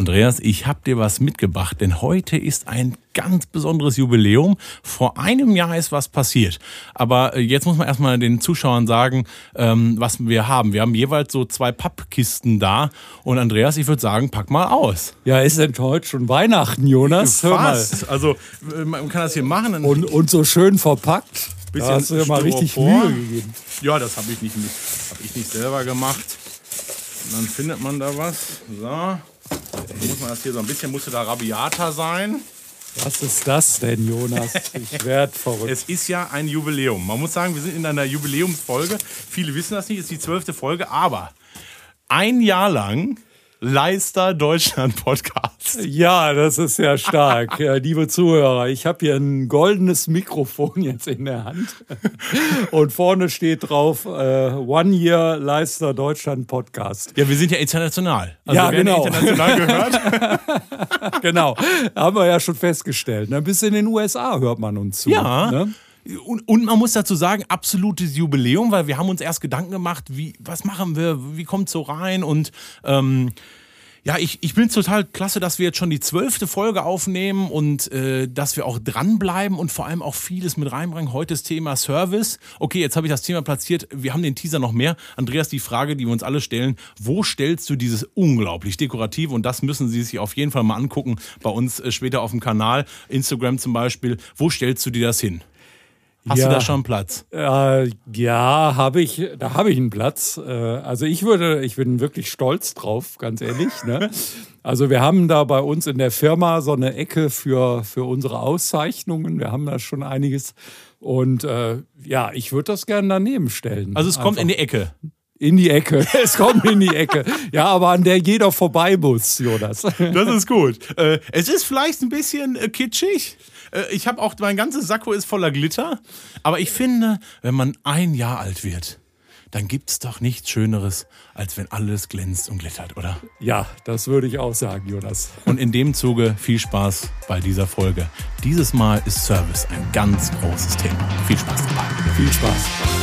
Andreas, ich habe dir was mitgebracht, denn heute ist ein ganz besonderes Jubiläum. Vor einem Jahr ist was passiert. Aber jetzt muss man erstmal den Zuschauern sagen, was wir haben. Wir haben jeweils so 2 Pappkisten da. Und Andreas, ich würde sagen, pack mal aus. Ja, ist denn heute schon Weihnachten, Jonas? Hör mal. Also man kann das hier machen. Und so schön verpackt. Da hast du ja mal richtig Mühe gegeben. Ja, das habe ich nicht selber gemacht. Und dann findet man da was. So. Dann muss man das hier so ein bisschen, musste da rabiater sein. Was ist das denn, Jonas? Ich werde verrückt. Es ist ja ein Jubiläum. Man muss sagen, wir sind in einer Jubiläumsfolge. Viele wissen das nicht, es ist die 12. Folge, aber ein Jahr lang Leister Deutschland Podcast. Ja, das ist ja stark. Ja, liebe Zuhörer, ich habe hier ein goldenes Mikrofon jetzt in der Hand. Und vorne steht drauf, One Year Leister Deutschland Podcast. Ja, wir sind ja international. Also ja, wir werden genau. international gehört. Genau, haben wir ja schon festgestellt. Ne? Bis in den USA hört man uns zu. Ja. Ne? Und man muss dazu sagen, absolutes Jubiläum, weil wir haben uns erst Gedanken gemacht, was machen wir, wie kommt es so rein und ja, ich bin total klasse, dass wir jetzt schon die 12. Folge aufnehmen und dass wir auch dranbleiben und vor allem auch vieles mit reinbringen. Heute das Thema Service. Okay, jetzt habe ich das Thema platziert. Wir haben den Teaser noch mehr. Andreas, die Frage, die wir uns alle stellen, wo stellst du dieses unglaublich dekorative, und das müssen Sie sich auf jeden Fall mal angucken, bei uns später auf dem Kanal, Instagram zum Beispiel, wo stellst du dir das hin? Hast du da schon einen Platz? Ja, da habe ich einen Platz. Also ich bin wirklich stolz drauf, ganz ehrlich. Ne? Also wir haben da bei uns in der Firma so eine Ecke für unsere Auszeichnungen. Wir haben da schon einiges. Und ja, ich würde das gerne daneben stellen. Also es kommt in die Ecke. In die Ecke. Es kommt in die Ecke. Ja, aber an der jeder vorbei muss, Jonas. Das ist gut. Es ist vielleicht ein bisschen kitschig. Ich habe auch, mein ganzes Sakko ist voller Glitter. Aber ich finde, wenn man ein Jahr alt wird, dann gibt's doch nichts Schöneres, als wenn alles glänzt und glittert, oder? Ja, das würde ich auch sagen, Jonas. Und in dem Zuge viel Spaß bei dieser Folge. Dieses Mal ist Service ein ganz großes Thema. Viel Spaß dabei. Viel Spaß.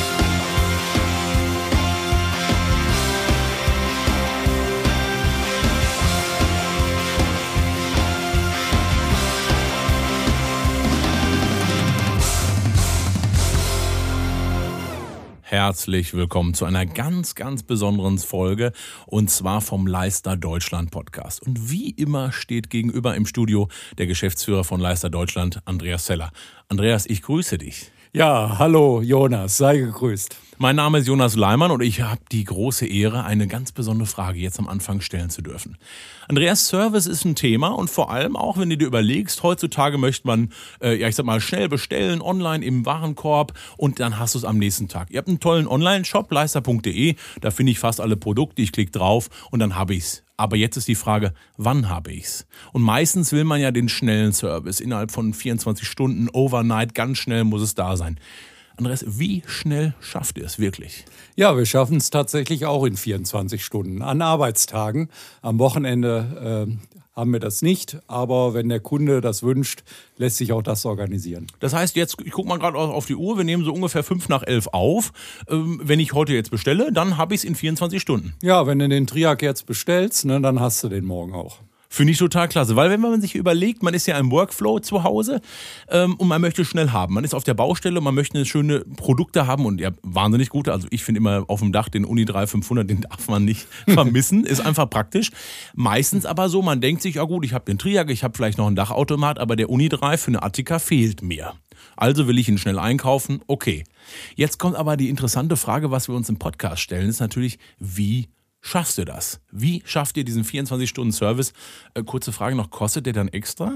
Herzlich willkommen zu einer ganz, ganz besonderen Folge, und zwar vom Leister Deutschland Podcast. Und wie immer steht gegenüber im Studio der Geschäftsführer von Leister Deutschland, Andreas Zeller. Andreas, ich grüße dich. Ja, hallo Jonas, sei gegrüßt. Mein Name ist Jonas Leimann und ich habe die große Ehre, eine ganz besondere Frage jetzt am Anfang stellen zu dürfen. Andreas, Service ist ein Thema, und vor allem auch, wenn du dir überlegst, heutzutage möchte man, schnell bestellen, online im Warenkorb, und dann hast du es am nächsten Tag. Ihr habt einen tollen Online-Shop, leister.de, da finde ich fast alle Produkte, ich klicke drauf und dann habe ich's. Aber jetzt ist die Frage, wann habe ich's? Und meistens will man ja den schnellen Service. Innerhalb von 24 Stunden, overnight, ganz schnell muss es da sein. Andreas, wie schnell schafft ihr es wirklich? Ja, wir schaffen es tatsächlich auch in 24 Stunden. An Arbeitstagen. Am Wochenende haben wir das nicht. Aber wenn der Kunde das wünscht, lässt sich auch das organisieren. Das heißt jetzt, ich gucke mal gerade auf die Uhr, wir nehmen so ungefähr 5:11 auf. Wenn ich heute jetzt bestelle, dann habe ich es in 24 Stunden. Ja, wenn du den Triac jetzt bestellst, ne, dann hast du den morgen auch. Finde ich total klasse, weil wenn man sich überlegt, man ist ja im Workflow zu Hause und man möchte schnell haben. Man ist auf der Baustelle, man möchte schöne Produkte haben und ja, wahnsinnig gute. Also ich finde immer auf dem Dach den Uni 3500, den darf man nicht vermissen, ist einfach praktisch. Meistens aber so, man denkt sich, ja gut, ich habe den Triac, ich habe vielleicht noch einen Dachautomat, aber der Uni 3 für eine Attika fehlt mir. Also will ich ihn schnell einkaufen, okay. Jetzt kommt aber die interessante Frage, was wir uns im Podcast stellen, ist natürlich, wie schaffst du das? Wie schafft ihr diesen 24-Stunden-Service? Kurze Frage noch, kostet der dann extra?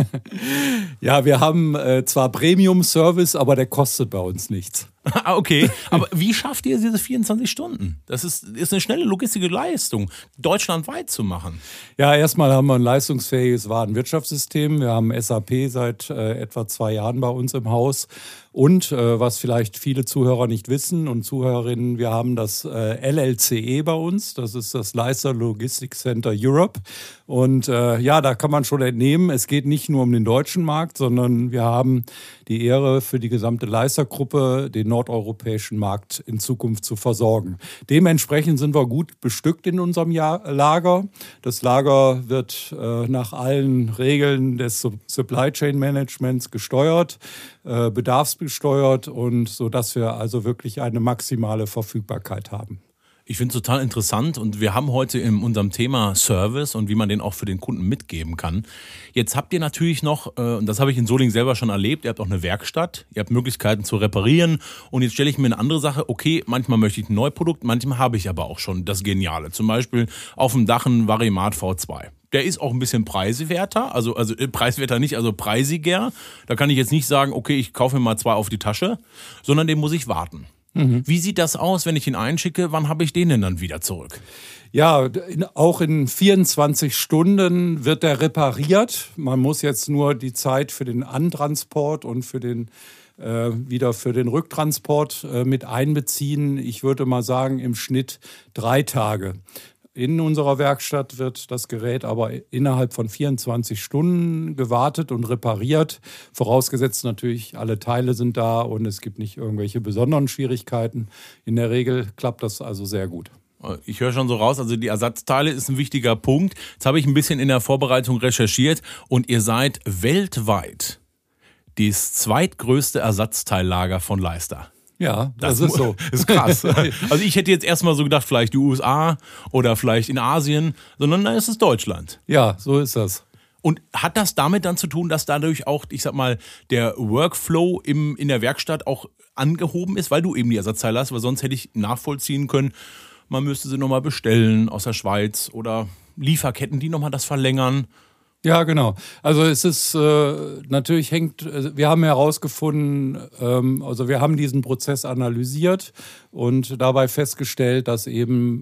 Ja, wir haben zwar Premium-Service, aber der kostet bei uns nichts. Okay, aber wie schafft ihr diese 24 Stunden? Das ist eine schnelle logistische Leistung, deutschlandweit zu machen. Ja, erstmal haben wir ein leistungsfähiges Warenwirtschaftssystem. Wir haben SAP seit etwa 2 Jahren bei uns im Haus. Und was vielleicht viele Zuhörer nicht wissen und Zuhörerinnen, wir haben das LLCE bei uns. Das ist das Leister Logistics Center Europe. Und ja, da kann man schon entnehmen, es geht nicht nur um den deutschen Markt, sondern wir haben die Ehre, für die gesamte Leister-Gruppe den nordeuropäischen Markt in Zukunft zu versorgen. Dementsprechend sind wir gut bestückt in unserem Lager. Das Lager wird nach allen Regeln des Supply Chain Managements gesteuert, bedarfsgesteuert und so, dass wir also wirklich eine maximale Verfügbarkeit haben. Ich finde es total interessant und wir haben heute in unserem Thema Service und wie man den auch für den Kunden mitgeben kann. Jetzt habt ihr natürlich noch, und das habe ich in Solingen selber schon erlebt, ihr habt auch eine Werkstatt, ihr habt Möglichkeiten zu reparieren und jetzt stelle ich mir eine andere Sache, okay, manchmal möchte ich ein Neuprodukt, manchmal habe ich aber auch schon das Geniale. Zum Beispiel auf dem Dach ein Varimat V2. Der ist auch ein bisschen preiswerter, also preiswerter nicht, also preisiger. Da kann ich jetzt nicht sagen, okay, ich kaufe mir mal 2 auf die Tasche, sondern den muss ich warten. Wie sieht das aus, wenn ich ihn einschicke? Wann habe ich den denn dann wieder zurück? Ja, auch in 24 Stunden wird der repariert. Man muss jetzt nur die Zeit für den Antransport und für den Rücktransport mit einbeziehen. Ich würde mal sagen, im Schnitt 3 Tage. In unserer Werkstatt wird das Gerät aber innerhalb von 24 Stunden gewartet und repariert. Vorausgesetzt natürlich, alle Teile sind da und es gibt nicht irgendwelche besonderen Schwierigkeiten. In der Regel klappt das also sehr gut. Ich höre schon so raus, also die Ersatzteile ist ein wichtiger Punkt. Jetzt habe ich ein bisschen in der Vorbereitung recherchiert und ihr seid weltweit das zweitgrößte Ersatzteillager von Leister. Ja, das ist so. Das ist krass. Also ich hätte jetzt erstmal so gedacht, vielleicht die USA oder vielleicht in Asien, sondern nein, es ist Deutschland. Ja, so ist das. Und hat das damit dann zu tun, dass dadurch auch, ich sag mal, der Workflow in der Werkstatt auch angehoben ist, weil du eben die Ersatzteile hast, weil sonst hätte ich nachvollziehen können, man müsste sie nochmal bestellen aus der Schweiz oder Lieferketten, die nochmal das verlängern. Ja, genau. Also es ist natürlich wir haben herausgefunden, also wir haben diesen Prozess analysiert und dabei festgestellt, dass eben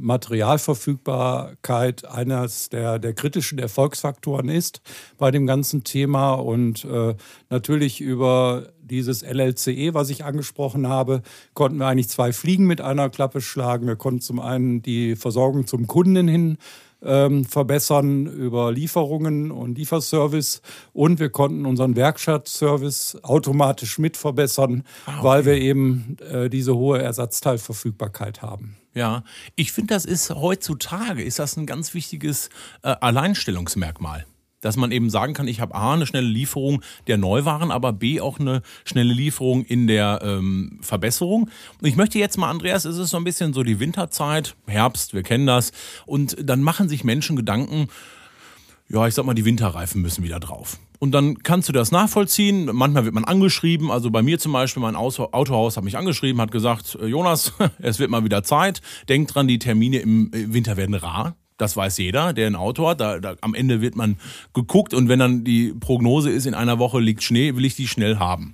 Materialverfügbarkeit eines der kritischen Erfolgsfaktoren ist bei dem ganzen Thema und natürlich über dieses LLCE, was ich angesprochen habe, konnten wir eigentlich 2 Fliegen mit einer Klappe schlagen. Wir konnten zum einen die Versorgung zum Kunden hin verbessern über Lieferungen und Lieferservice und wir konnten unseren Werkstattservice automatisch mit verbessern, weil wir eben diese hohe Ersatzteilverfügbarkeit haben. Ja, ich finde, das ist heutzutage ein ganz wichtiges Alleinstellungsmerkmal. Dass man eben sagen kann, ich habe A, eine schnelle Lieferung der Neuwaren, aber B, auch eine schnelle Lieferung in der Verbesserung. Und ich möchte jetzt mal, Andreas, es ist so ein bisschen so die Winterzeit, Herbst, wir kennen das. Und dann machen sich Menschen Gedanken, ja, ich sag mal, die Winterreifen müssen wieder drauf. Und dann kannst du das nachvollziehen. Manchmal wird man angeschrieben. Also bei mir zum Beispiel, mein Autohaus hat mich angeschrieben, hat gesagt, Jonas, es wird mal wieder Zeit. Denk dran, die Termine im Winter werden rar. Das weiß jeder, der ein Auto hat. Am Ende wird man geguckt und wenn dann die Prognose ist, in einer Woche liegt Schnee, will ich die schnell haben.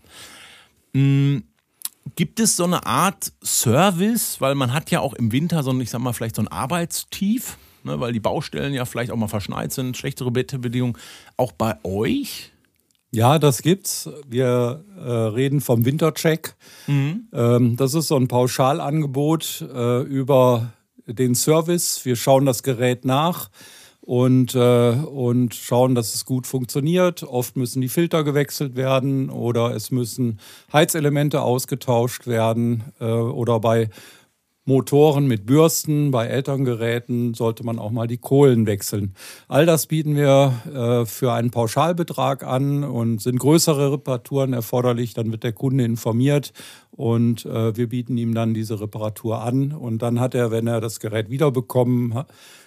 Gibt es so eine Art Service, weil man hat ja auch im Winter so ein Arbeitstief, ne, weil die Baustellen ja vielleicht auch mal verschneit sind, schlechtere Wetterbedingungen. Auch bei euch? Ja, das gibt's. Wir reden vom Wintercheck. Das ist so ein Pauschalangebot über den Service. Wir schauen das Gerät nach und schauen, dass es gut funktioniert. Oft müssen die Filter gewechselt werden oder es müssen Heizelemente ausgetauscht werden oder bei Motoren mit Bürsten, bei älteren Geräten sollte man auch mal die Kohlen wechseln. All das bieten wir für einen Pauschalbetrag an und sind größere Reparaturen erforderlich, dann wird der Kunde informiert und wir bieten ihm dann diese Reparatur an und dann hat er, wenn er das Gerät wieder bekommt,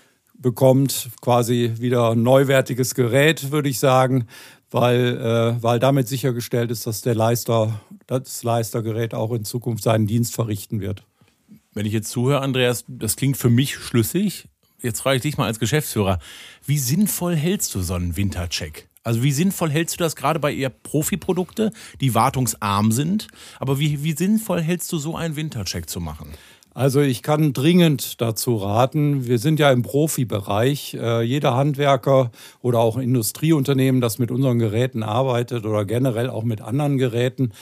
quasi wieder ein neuwertiges Gerät, würde ich sagen, weil damit sichergestellt ist, dass das Leistergerät auch in Zukunft seinen Dienst verrichten wird. Wenn ich jetzt zuhöre, Andreas, das klingt für mich schlüssig. Jetzt frage ich dich mal als Geschäftsführer, wie sinnvoll hältst du so einen Wintercheck? Also wie sinnvoll hältst du das gerade bei eher Profiprodukte, die wartungsarm sind? Aber wie sinnvoll hältst du so einen Wintercheck zu machen? Also ich kann dringend dazu raten, wir sind ja im Profibereich. Jeder Handwerker oder auch Industrieunternehmen, das mit unseren Geräten arbeitet oder generell auch mit anderen Geräten,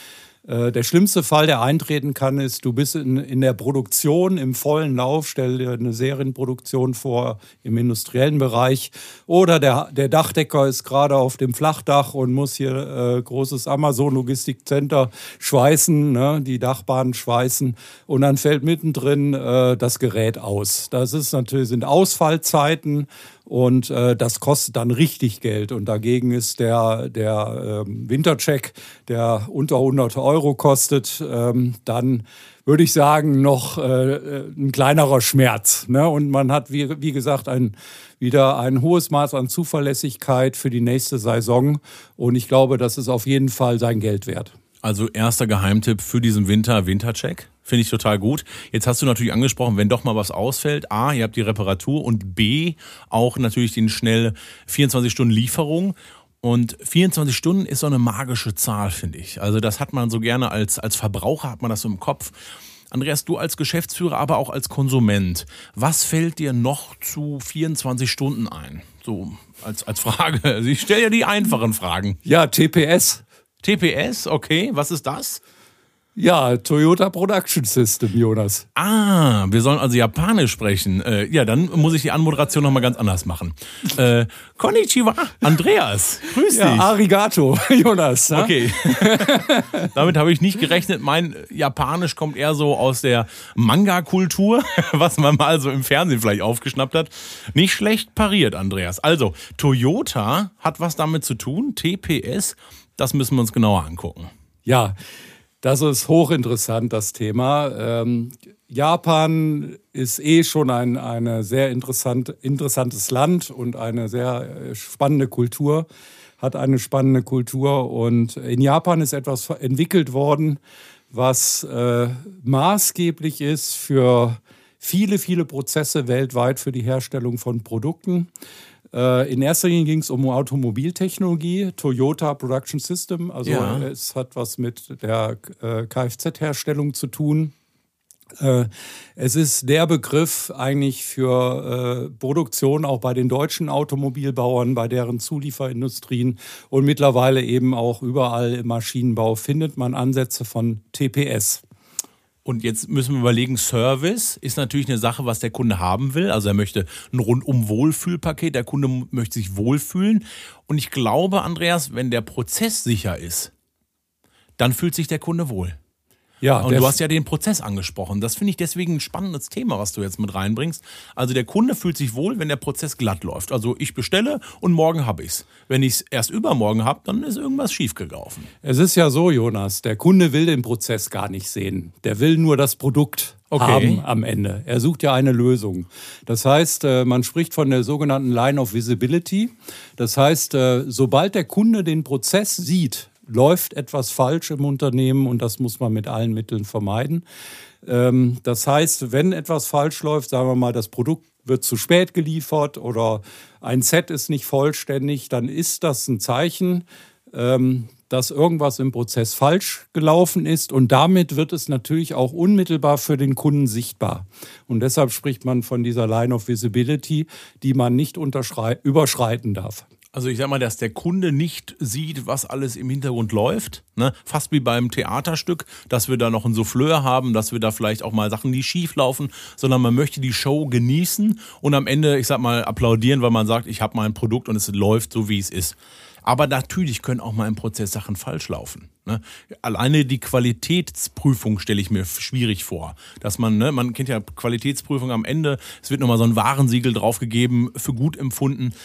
Der schlimmste Fall, der eintreten kann, ist, du bist in der Produktion im vollen Lauf, stell dir eine Serienproduktion vor im industriellen Bereich, oder der Dachdecker ist gerade auf dem Flachdach und muss hier großes Amazon-Logistikcenter schweißen, ne, die Dachbahn schweißen, und dann fällt mittendrin das Gerät aus. Das sind Ausfallzeiten. Und das kostet dann richtig Geld. Und dagegen ist der Wintercheck, der unter 100 Euro kostet, dann würde ich sagen, noch ein kleinerer Schmerz. Ne? Und man hat, wie gesagt, wieder ein hohes Maß an Zuverlässigkeit für die nächste Saison. Und ich glaube, das ist auf jeden Fall sein Geld wert. Also erster Geheimtipp für diesen Wintercheck. Finde ich total gut. Jetzt hast du natürlich angesprochen, wenn doch mal was ausfällt, A, ihr habt die Reparatur, und B, auch natürlich den schnell 24-Stunden-Lieferung. Und 24 Stunden ist so eine magische Zahl, finde ich. Also das hat man so gerne als Verbraucher, hat man das so im Kopf. Andreas, du als Geschäftsführer, aber auch als Konsument, was fällt dir noch zu 24 Stunden ein? So als Frage. Also ich stelle ja die einfachen Fragen. Ja, TPS. TPS, okay, was ist das? Ja, Toyota Production System, Jonas. Ah, wir sollen also Japanisch sprechen. Ja, dann muss ich die Anmoderation nochmal ganz anders machen. Konnichiwa, Andreas, grüß dich. Ja, arigato, Jonas. Ja? Okay, damit habe ich nicht gerechnet. Mein Japanisch kommt eher so aus der Manga-Kultur, was man mal so im Fernsehen vielleicht aufgeschnappt hat. Nicht schlecht pariert, Andreas. Also, Toyota hat was damit zu tun, TPS, das müssen wir uns genauer angucken. Ja, das ist hochinteressant, das Thema. Japan ist schon ein sehr interessantes Land und eine sehr spannende Kultur, hat eine spannende Kultur. Und in Japan ist etwas entwickelt worden, was maßgeblich ist für viele, viele Prozesse weltweit für die Herstellung von Produkten. In erster Linie ging es um Automobiltechnologie, Toyota Production System. Also ja. Es hat was mit der Kfz-Herstellung zu tun. Es ist der Begriff eigentlich für Produktion auch bei den deutschen Automobilbauern, bei deren Zulieferindustrien, und mittlerweile eben auch überall im Maschinenbau findet man Ansätze von TPS. Und jetzt müssen wir überlegen, Service ist natürlich eine Sache, was der Kunde haben will. Also er möchte ein rundum Wohlfühlpaket, der Kunde möchte sich wohlfühlen. Und ich glaube, Andreas, wenn der Prozess sicher ist, dann fühlt sich der Kunde wohl. Ja, und du hast ja den Prozess angesprochen. Das finde ich deswegen ein spannendes Thema, was du jetzt mit reinbringst. Also der Kunde fühlt sich wohl, wenn der Prozess glatt läuft. Also ich bestelle und morgen habe ich es. Wenn ich es erst übermorgen habe, dann ist irgendwas schiefgelaufen. Es ist ja so, Jonas, der Kunde will den Prozess gar nicht sehen. Der will nur das Produkt haben am Ende. Er sucht ja eine Lösung. Das heißt, man spricht von der sogenannten Line of Visibility. Das heißt, sobald der Kunde den Prozess sieht, läuft etwas falsch im Unternehmen, und das muss man mit allen Mitteln vermeiden. Das heißt, wenn etwas falsch läuft, sagen wir mal, das Produkt wird zu spät geliefert oder ein Set ist nicht vollständig, dann ist das ein Zeichen, dass irgendwas im Prozess falsch gelaufen ist, und damit wird es natürlich auch unmittelbar für den Kunden sichtbar. Und deshalb spricht man von dieser Line of Visibility, die man nicht überschreiten darf. Also ich sag mal, dass der Kunde nicht sieht, was alles im Hintergrund läuft. Ne? Fast wie beim Theaterstück, dass wir da noch einen Souffleur haben, dass wir da vielleicht auch mal Sachen, die schief laufen, sondern man möchte die Show genießen und am Ende, ich sag mal, applaudieren, weil man sagt, ich habe mein Produkt und es läuft so, wie es ist. Aber natürlich können auch mal im Prozess Sachen falsch laufen. Ne? Alleine die Qualitätsprüfung stelle ich mir schwierig vor. Dass man kennt ja Qualitätsprüfung am Ende, es wird nochmal so ein Warensiegel draufgegeben, für gut empfunden.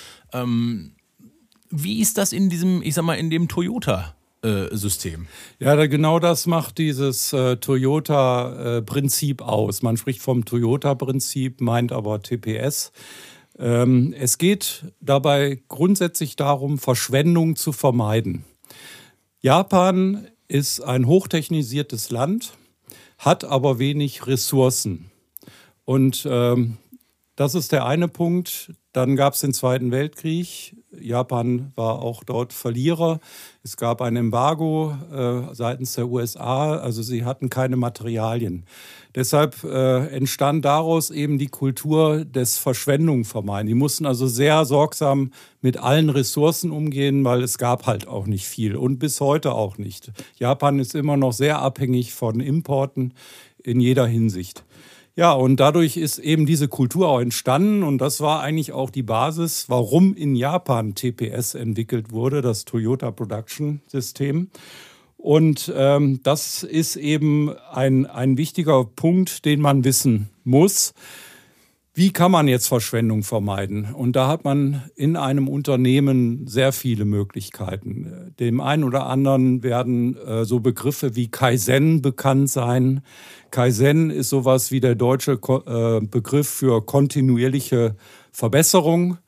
Wie ist das in diesem, ich sag mal, in dem Toyota-System? Ja, genau das macht dieses Toyota-Prinzip aus. Man spricht vom Toyota-Prinzip, meint aber TPS. Es geht dabei grundsätzlich darum, Verschwendung zu vermeiden. Japan ist ein hochtechnisiertes Land, hat aber wenig Ressourcen. Und das ist der eine Punkt. Dann gab es den Zweiten Weltkrieg. Japan war auch dort Verlierer. Es gab ein Embargo seitens der USA, also sie hatten keine Materialien. Deshalb entstand daraus eben die Kultur des Verschwendung vermeiden. Die mussten also sehr sorgsam mit allen Ressourcen umgehen, weil es gab halt auch nicht viel und bis heute auch nicht. Japan ist immer noch sehr abhängig von Importen in jeder Hinsicht. Ja, und dadurch ist eben diese Kultur auch entstanden und das war eigentlich auch die Basis, warum in Japan TPS entwickelt wurde, das Toyota Production System. Und das ist eben ein wichtiger Punkt, den man wissen muss. Wie kann man jetzt Verschwendung vermeiden? Und da hat man in einem Unternehmen sehr viele Möglichkeiten. Dem einen oder anderen werden so Begriffe wie Kaizen bekannt sein. Kaizen ist sowas wie der deutsche Begriff für kontinuierliche Verbesserung.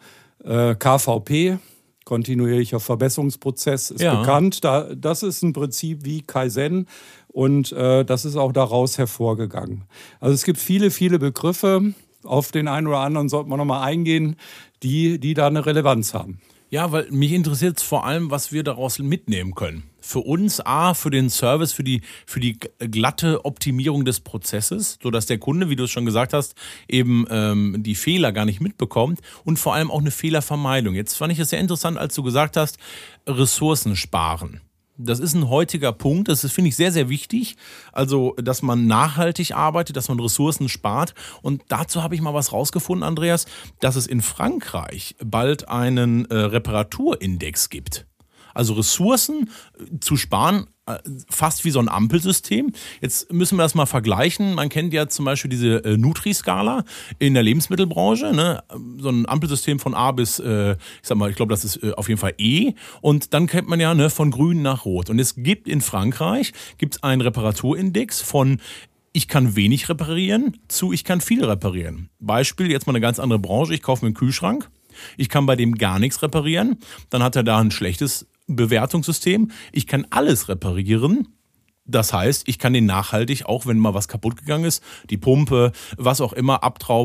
KVP, kontinuierlicher Verbesserungsprozess, ist bekannt. Das ist ein Prinzip wie Kaizen und das ist auch daraus hervorgegangen. Also es gibt viele, viele Begriffe. Auf den einen oder anderen sollte man nochmal eingehen, die da eine Relevanz haben. Ja, weil mich interessiert es vor allem, was wir daraus mitnehmen können. Für uns, für den Service, für die glatte Optimierung des Prozesses, sodass der Kunde, wie du es schon gesagt hast, eben die Fehler gar nicht mitbekommt und vor allem auch eine Fehlervermeidung. Jetzt fand ich es sehr interessant, als du gesagt hast, Ressourcen sparen. Das ist ein heutiger Punkt, das finde ich sehr, sehr wichtig. Also, dass man nachhaltig arbeitet, dass man Ressourcen spart. Und dazu habe ich mal was rausgefunden, Andreas, dass es in Frankreich bald einen Reparaturindex gibt. Also Ressourcen zu sparen, fast wie so ein Ampelsystem. Jetzt müssen wir das mal vergleichen. Man kennt ja zum Beispiel diese Nutri-Skala in der Lebensmittelbranche, ne? So ein Ampelsystem von A bis, ich glaube, das ist auf jeden Fall E. Und dann kennt man ja, ne, von grün nach rot. Und es gibt in Frankreich einen Reparaturindex von ich kann wenig reparieren zu ich kann viel reparieren. Beispiel, jetzt mal eine ganz andere Branche. Ich kaufe mir einen Kühlschrank. Ich kann bei dem gar nichts reparieren. Dann hat er da ein schlechtes Bewertungssystem. Ich kann alles reparieren. Das heißt, ich kann den nachhaltig, auch wenn mal was kaputt gegangen ist, die Pumpe, was auch immer,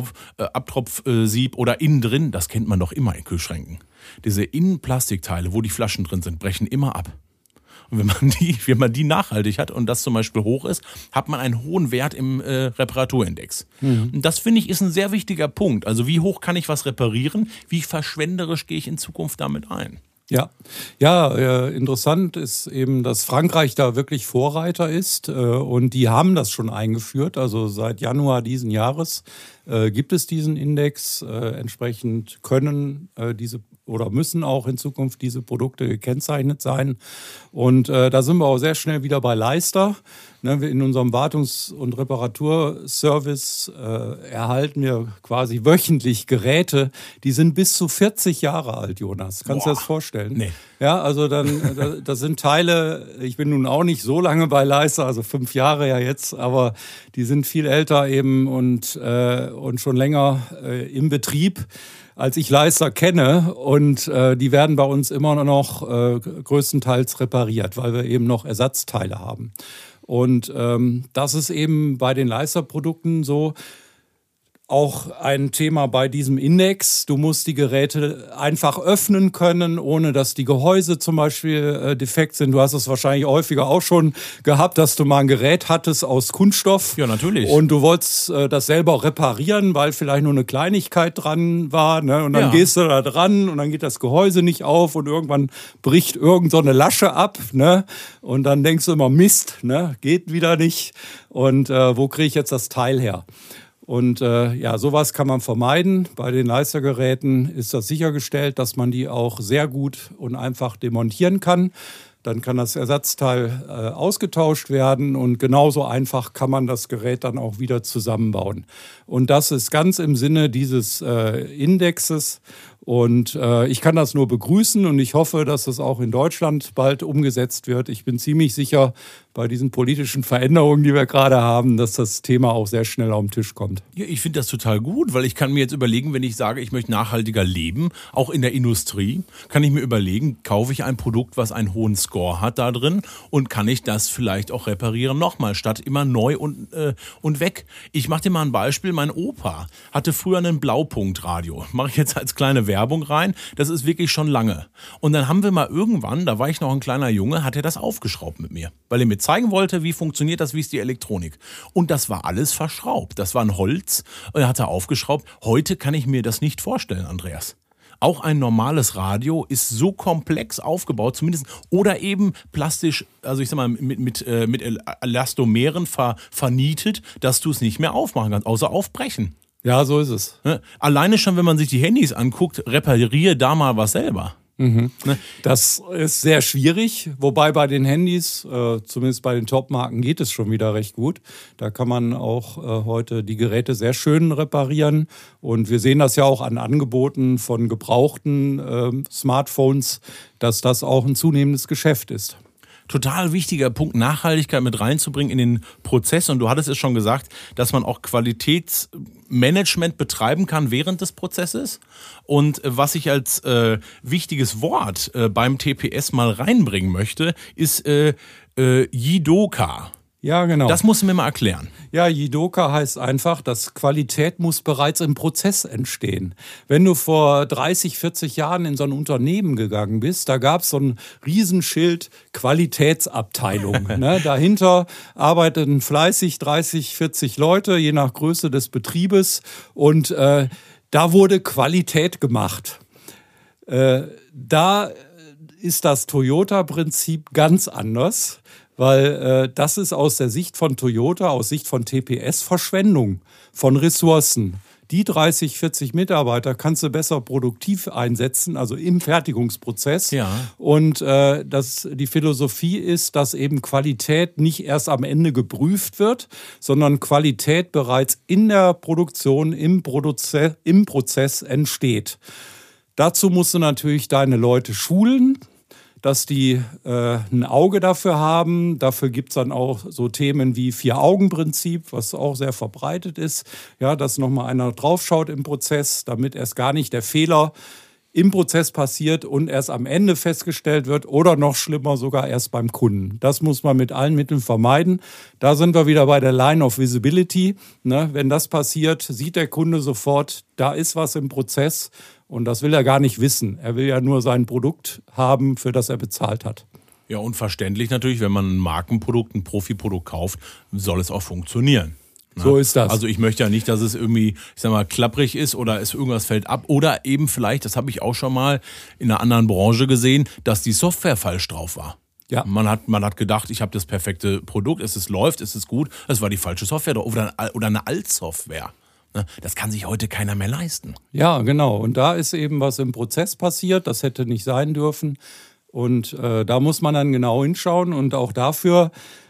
Abtropfsieb oder innen drin, das kennt man doch immer in Kühlschränken. Diese Innenplastikteile, wo die Flaschen drin sind, brechen immer ab. Und wenn man die nachhaltig hat und das zum Beispiel hoch ist, hat man einen hohen Wert im Reparaturindex. Mhm. Und das, finde ich, ist ein sehr wichtiger Punkt. Also wie hoch kann ich was reparieren? Wie verschwenderisch gehe ich in Zukunft damit ein? Ja, interessant ist eben, dass Frankreich da wirklich Vorreiter ist und die haben das schon eingeführt. Also seit Januar diesen Jahres gibt es diesen Index. Entsprechend können diese oder müssen auch in Zukunft diese Produkte gekennzeichnet sein. Und da sind wir auch sehr schnell wieder bei Leister. In unserem Wartungs- und Reparaturservice erhalten wir quasi wöchentlich Geräte, die sind bis zu 40 Jahre alt, Jonas. Kannst du dir das vorstellen? Nee. Ja, also das sind Teile, ich bin nun auch nicht so lange bei Leister, also 5 Jahre ja jetzt, aber die sind viel älter eben und schon länger im Betrieb, als ich Leister kenne. Und die werden bei uns immer noch größtenteils repariert, weil wir eben noch Ersatzteile haben. Und das ist eben bei den Leister-Produkten so auch ein Thema bei diesem Index. Du musst die Geräte einfach öffnen können, ohne dass die Gehäuse zum Beispiel defekt sind. Du hast es wahrscheinlich häufiger auch schon gehabt, dass du mal ein Gerät hattest aus Kunststoff. Ja, natürlich. Und du wolltest das selber reparieren, weil vielleicht nur eine Kleinigkeit dran war. Ne? Und dann gehst du da dran und dann geht das Gehäuse nicht auf und irgendwann bricht irgend so eine Lasche ab. Ne? Und dann denkst du immer, Mist, ne? Geht wieder nicht. Und wo kriege ich jetzt das Teil her? Und sowas kann man vermeiden. Bei den Leistergeräten ist das sichergestellt, dass man die auch sehr gut und einfach demontieren kann. Dann kann das Ersatzteil ausgetauscht werden und genauso einfach kann man das Gerät dann auch wieder zusammenbauen. Und das ist ganz im Sinne dieses Indexes. Und ich kann das nur begrüßen und ich hoffe, dass das auch in Deutschland bald umgesetzt wird. Ich bin ziemlich sicher bei diesen politischen Veränderungen, die wir gerade haben, dass das Thema auch sehr schnell auf den Tisch kommt. Ja, ich finde das total gut, weil ich kann mir jetzt überlegen, wenn ich sage, ich möchte nachhaltiger leben, auch in der Industrie, kann ich mir überlegen, kaufe ich ein Produkt, was einen hohen Score hat da drin und kann ich das vielleicht auch reparieren nochmal, statt immer neu und weg. Ich mache dir mal ein Beispiel. Mein Opa hatte früher ein Blaupunktradio. Mache ich jetzt als kleine keine Werbung rein. Das ist wirklich schon lange. Und dann haben wir mal irgendwann, da war ich noch ein kleiner Junge, hat er das aufgeschraubt mit mir. Weil er mir zeigen wollte, wie funktioniert das, wie ist die Elektronik. Und das war alles verschraubt. Das war ein Holz und er hat er aufgeschraubt. Heute kann ich mir das nicht vorstellen, Andreas. Auch ein normales Radio ist so komplex aufgebaut, zumindest, oder eben plastisch, also ich sag mal, mit Elastomeren vernietet, dass du es nicht mehr aufmachen kannst, außer aufbrechen. Ja, so ist es. Alleine schon, wenn man sich die Handys anguckt, repariere da mal was selber. Mhm. Das ist sehr schwierig, wobei bei den Handys, zumindest bei den Top-Marken, geht es schon wieder recht gut. Da kann man auch heute die Geräte sehr schön reparieren und wir sehen das ja auch an Angeboten von gebrauchten Smartphones, dass das auch ein zunehmendes Geschäft ist. Total wichtiger Punkt, Nachhaltigkeit mit reinzubringen in den Prozess. Und du hattest es schon gesagt, dass man auch Qualitätsmanagement betreiben kann während des Prozesses. Und was ich als wichtiges Wort beim TPS mal reinbringen möchte, ist Jidoka. Ja, genau. Das musst du mir mal erklären. Ja, Jidoka heißt einfach, dass Qualität muss bereits im Prozess entstehen. Wenn du vor 30, 40 Jahren in so ein Unternehmen gegangen bist, da gab es so ein Riesenschild Qualitätsabteilung. Ne? Dahinter arbeiteten fleißig 30, 40 Leute, je nach Größe des Betriebes. Und da wurde Qualität gemacht. Da ist das Toyota-Prinzip ganz anders. Weil das ist aus der Sicht von Toyota, aus Sicht von TPS Verschwendung von Ressourcen. Die 30, 40 Mitarbeiter kannst du besser produktiv einsetzen, also im Fertigungsprozess. Ja. Und die Philosophie ist, dass eben Qualität nicht erst am Ende geprüft wird, sondern Qualität bereits in der Produktion, im Prozess entsteht. Dazu musst du natürlich deine Leute schulen, dass die ein Auge dafür haben. Dafür gibt es dann auch so Themen wie Vier-Augen-Prinzip, was auch sehr verbreitet ist. Ja, dass nochmal einer draufschaut im Prozess, damit erst gar nicht der Fehler im Prozess passiert und erst am Ende festgestellt wird oder noch schlimmer sogar erst beim Kunden. Das muss man mit allen Mitteln vermeiden. Da sind wir wieder bei der Line of Visibility. Ne? Wenn das passiert, sieht der Kunde sofort, da ist was im Prozess. Und das will er gar nicht wissen. Er will ja nur sein Produkt haben, für das er bezahlt hat. Ja, und verständlich natürlich, wenn man ein Markenprodukt, ein Profiprodukt kauft, soll es auch funktionieren. So ist das. Also ich möchte ja nicht, dass es irgendwie, ich sag mal, klapprig ist oder es irgendwas fällt ab. Oder eben vielleicht, das habe ich auch schon mal in einer anderen Branche gesehen, dass die Software falsch drauf war. Ja. Man hat gedacht, ich habe das perfekte Produkt, es läuft, es ist gut. Es war die falsche Software oder eine Altsoftware. Das kann sich heute keiner mehr leisten. Ja, genau. Und da ist eben was im Prozess passiert. Das hätte nicht sein dürfen. Und da muss man dann genau hinschauen. Und auch dafür,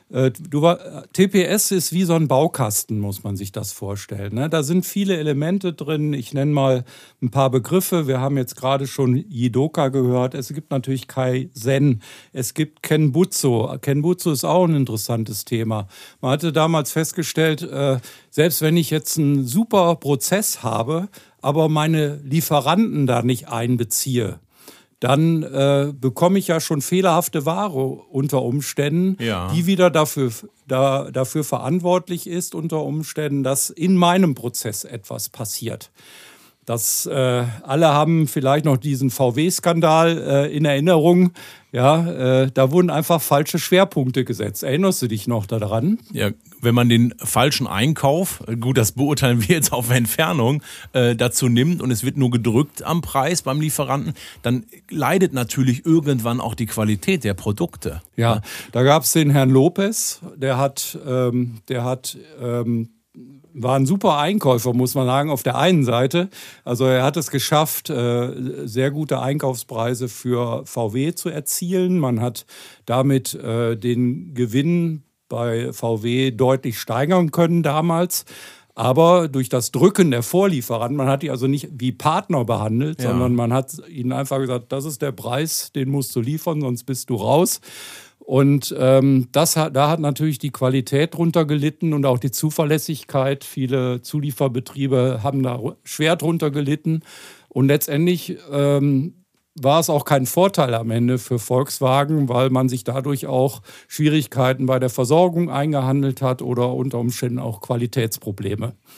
TPS ist wie so ein Baukasten, muss man sich das vorstellen. Ne? Da sind viele Elemente drin. Ich nenne mal ein paar Begriffe. Wir haben jetzt gerade schon Jidoka gehört. Es gibt natürlich Kaizen. Es gibt Kenbutsu. Kenbutsu ist auch ein interessantes Thema. Man hatte damals festgestellt, selbst wenn ich jetzt einen super Prozess habe, aber meine Lieferanten da nicht einbeziehe, dann bekomme ich ja schon fehlerhafte Ware unter Umständen, die wieder dafür verantwortlich ist, unter Umständen, dass in meinem Prozess etwas passiert. Alle haben vielleicht noch diesen VW-Skandal in Erinnerung. Ja, da wurden einfach falsche Schwerpunkte gesetzt. Erinnerst du dich noch daran? Ja, wenn man den falschen Einkauf, gut, das beurteilen wir jetzt auf Entfernung, dazu nimmt und es wird nur gedrückt am Preis beim Lieferanten, dann leidet natürlich irgendwann auch die Qualität der Produkte. Ja, da gab es den Herrn Lopez, war ein super Einkäufer, muss man sagen, auf der einen Seite. Also er hat es geschafft, sehr gute Einkaufspreise für VW zu erzielen. Man hat damit den Gewinn bei VW deutlich steigern können damals. Aber durch das Drücken der Vorlieferanten, man hat die also nicht wie Partner behandelt, sondern man hat ihnen einfach gesagt, das ist der Preis, den musst du liefern, sonst bist du raus. Und da hat natürlich die Qualität drunter gelitten und auch die Zuverlässigkeit. Viele Zulieferbetriebe haben da schwer drunter gelitten. Und letztendlich war es auch kein Vorteil am Ende für Volkswagen, weil man sich dadurch auch Schwierigkeiten bei der Versorgung eingehandelt hat oder unter Umständen auch Qualitätsprobleme.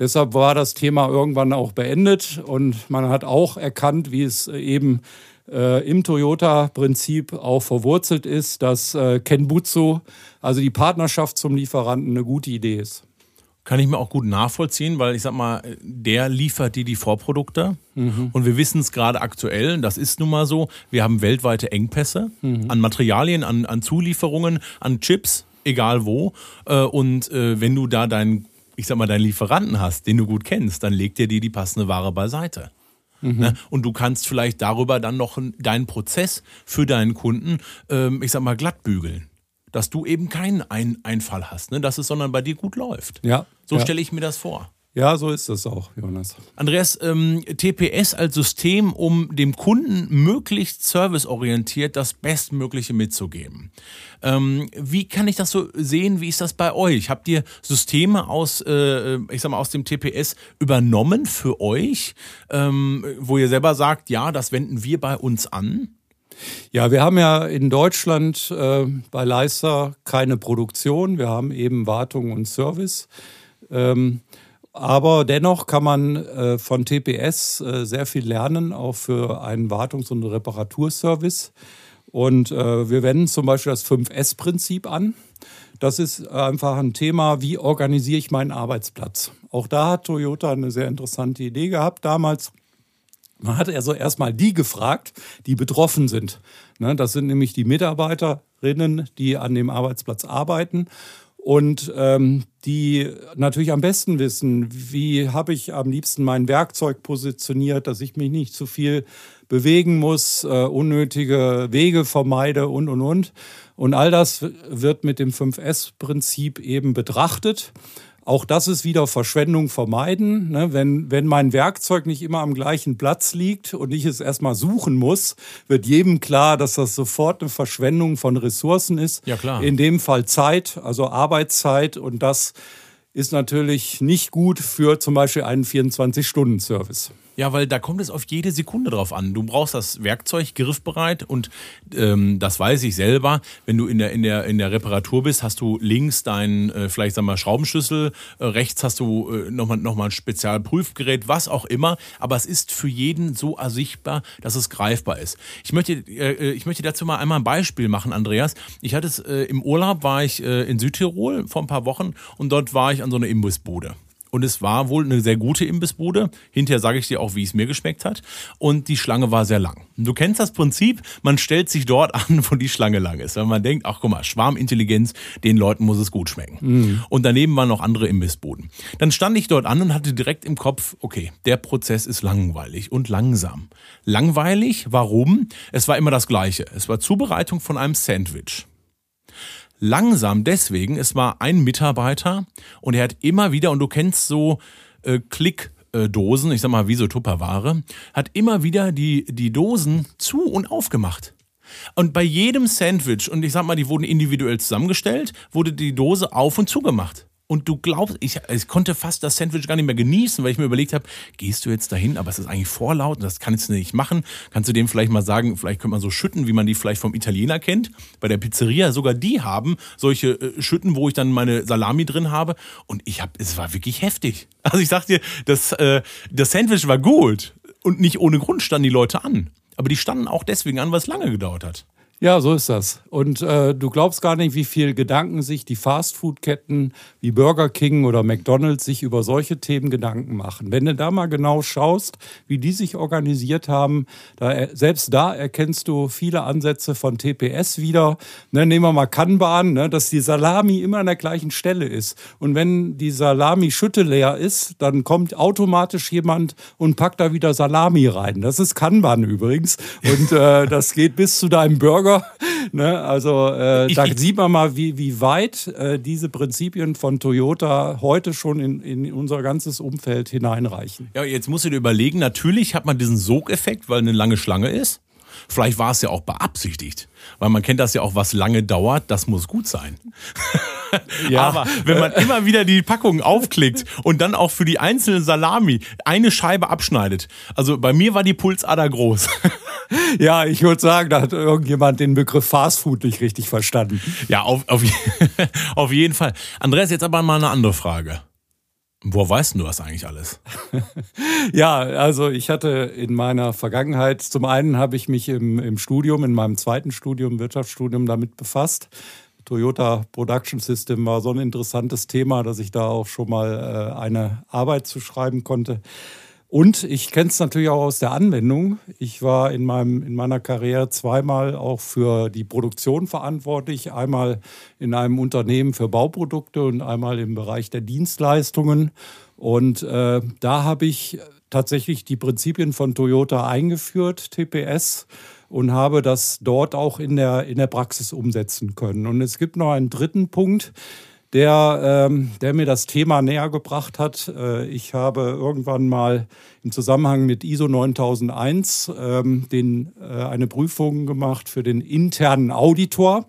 Deshalb war das Thema irgendwann auch beendet und man hat auch erkannt, wie es eben im Toyota-Prinzip auch verwurzelt ist, dass Kenbutsu, also die Partnerschaft zum Lieferanten, eine gute Idee ist. Kann ich mir auch gut nachvollziehen, weil ich sag mal, der liefert dir die Vorprodukte. Und wir wissen es gerade aktuell, das ist nun mal so, wir haben weltweite Engpässe an Materialien, an Zulieferungen, an Chips, egal wo. Und wenn du da deinen Lieferanten hast, den du gut kennst, dann legt er dir die passende Ware beiseite. Ne? Und du kannst vielleicht darüber dann noch deinen Prozess für deinen Kunden, glatt bügeln. Dass du eben keinen Einfall hast, ne? Dass es sondern bei dir gut läuft. Ja. So stelle ich mir das vor. Ja, so ist das auch, Jonas. Andreas, TPS als System, um dem Kunden möglichst serviceorientiert das Bestmögliche mitzugeben. Wie kann ich das so sehen? Wie ist das bei euch? Habt ihr Systeme aus dem TPS übernommen für euch, wo ihr selber sagt, ja, das wenden wir bei uns an? Ja, wir haben ja in Deutschland bei Leister keine Produktion. Wir haben eben Wartung und Service. Aber dennoch kann man von TPS sehr viel lernen, auch für einen Wartungs- und Reparaturservice. Und wir wenden zum Beispiel das 5S-Prinzip an. Das ist einfach ein Thema, wie organisiere ich meinen Arbeitsplatz. Auch da hat Toyota eine sehr interessante Idee gehabt damals. Man hat also erstmal die gefragt, die betroffen sind. Das sind nämlich die Mitarbeiterinnen, die an dem Arbeitsplatz arbeiten und die natürlich am besten wissen, wie habe ich am liebsten mein Werkzeug positioniert, dass ich mich nicht zu viel bewegen muss, unnötige Wege vermeide und. Und all das wird mit dem 5S-Prinzip eben betrachtet. Auch das ist wieder Verschwendung vermeiden. Ne? Wenn mein Werkzeug nicht immer am gleichen Platz liegt und ich es erstmal suchen muss, wird jedem klar, dass das sofort eine Verschwendung von Ressourcen ist. Ja, klar. In dem Fall Zeit, also Arbeitszeit. Und das ist natürlich nicht gut für zum Beispiel einen 24-Stunden-Service. Ja, weil da kommt es auf jede Sekunde drauf an. Du brauchst das Werkzeug griffbereit und das weiß ich selber. Wenn du in der Reparatur bist, hast du links deinen Schraubenschlüssel, rechts hast du nochmal ein Spezialprüfgerät, was auch immer. Aber es ist für jeden so ersichtbar, dass es greifbar ist. Ich möchte dazu mal einmal ein Beispiel machen, Andreas. Ich hatte es im Urlaub, war ich in Südtirol vor ein paar Wochen und dort war ich an so einer Imbissbude. Und es war wohl eine sehr gute Imbissbude. Hinterher sage ich dir auch, wie es mir geschmeckt hat. Und die Schlange war sehr lang. Du kennst das Prinzip, man stellt sich dort an, wo die Schlange lang ist. Weil man denkt, ach guck mal, Schwarmintelligenz, den Leuten muss es gut schmecken. Und daneben waren noch andere Imbissbuden. Dann stand ich dort an und hatte direkt im Kopf, okay, der Prozess ist langweilig und langsam. Langweilig, warum? Es war immer das Gleiche. Es war Zubereitung von einem Sandwich. Langsam deswegen, es war ein Mitarbeiter und er hat immer wieder, und du kennst so Klickdosen, ich sag mal wie so Tupperware, hat immer wieder die Dosen zu und aufgemacht. Und bei jedem Sandwich, und ich sag mal, die wurden individuell zusammengestellt, wurde die Dose auf und zugemacht. Und du glaubst, ich konnte fast das Sandwich gar nicht mehr genießen, weil ich mir überlegt habe, gehst du jetzt dahin, aber es ist eigentlich vorlaut und das kannst du nicht machen. Kannst du dem vielleicht mal sagen, vielleicht könnte man so Schütten, wie man die vielleicht vom Italiener kennt, bei der Pizzeria, sogar die haben solche Schütten, wo ich dann meine Salami drin habe. Und es war wirklich heftig. Also ich sag dir, das Sandwich war gut und nicht ohne Grund standen die Leute an. Aber die standen auch deswegen an, weil es lange gedauert hat. Ja, so ist das. Und du glaubst gar nicht, wie viel Gedanken sich die Fastfood-Ketten wie Burger King oder McDonald's sich über solche Themen Gedanken machen. Wenn du da mal genau schaust, wie die sich organisiert haben, selbst da erkennst du viele Ansätze von TPS wieder. Ne, nehmen wir mal Kanban, ne, dass die Salami immer an der gleichen Stelle ist. Und wenn die Salami-Schütte leer ist, dann kommt automatisch jemand und packt da wieder Salami rein. Das ist Kanban übrigens. Und das geht bis zu deinem Burger. Ne, also da sieht man mal, wie weit diese Prinzipien von Toyota heute schon in unser ganzes Umfeld hineinreichen. Ja, jetzt musst du dir überlegen, natürlich hat man diesen Sogeffekt, weil eine lange Schlange ist. Vielleicht war es ja auch beabsichtigt, weil man kennt das ja auch, was lange dauert, das muss gut sein. Ja. Aber wenn man immer wieder die Packungen aufklickt und dann auch für die einzelnen Salami eine Scheibe abschneidet, also bei mir war die Pulsader groß. Ja, ich würde sagen, da hat irgendjemand den Begriff Fastfood nicht richtig verstanden. Ja, auf jeden Fall. Andreas, jetzt aber mal eine andere Frage. Woher weißt du das eigentlich alles? Ja, also ich hatte in meiner Vergangenheit, zum einen habe ich mich im Studium, in meinem zweiten Studium, Wirtschaftsstudium damit befasst. Toyota Production System war so ein interessantes Thema, dass ich da auch schon mal eine Arbeit zu schreiben konnte. Und ich kenne es natürlich auch aus der Anwendung. Ich war in meiner Karriere zweimal auch für die Produktion verantwortlich. Einmal in einem Unternehmen für Bauprodukte und einmal im Bereich der Dienstleistungen. Und da habe ich tatsächlich die Prinzipien von Toyota eingeführt, TPS, und habe das dort auch in der Praxis umsetzen können. Und es gibt noch einen dritten Punkt, der mir das Thema näher gebracht hat. Ich habe irgendwann mal im Zusammenhang mit ISO 9001 eine Prüfung gemacht für den internen Auditor.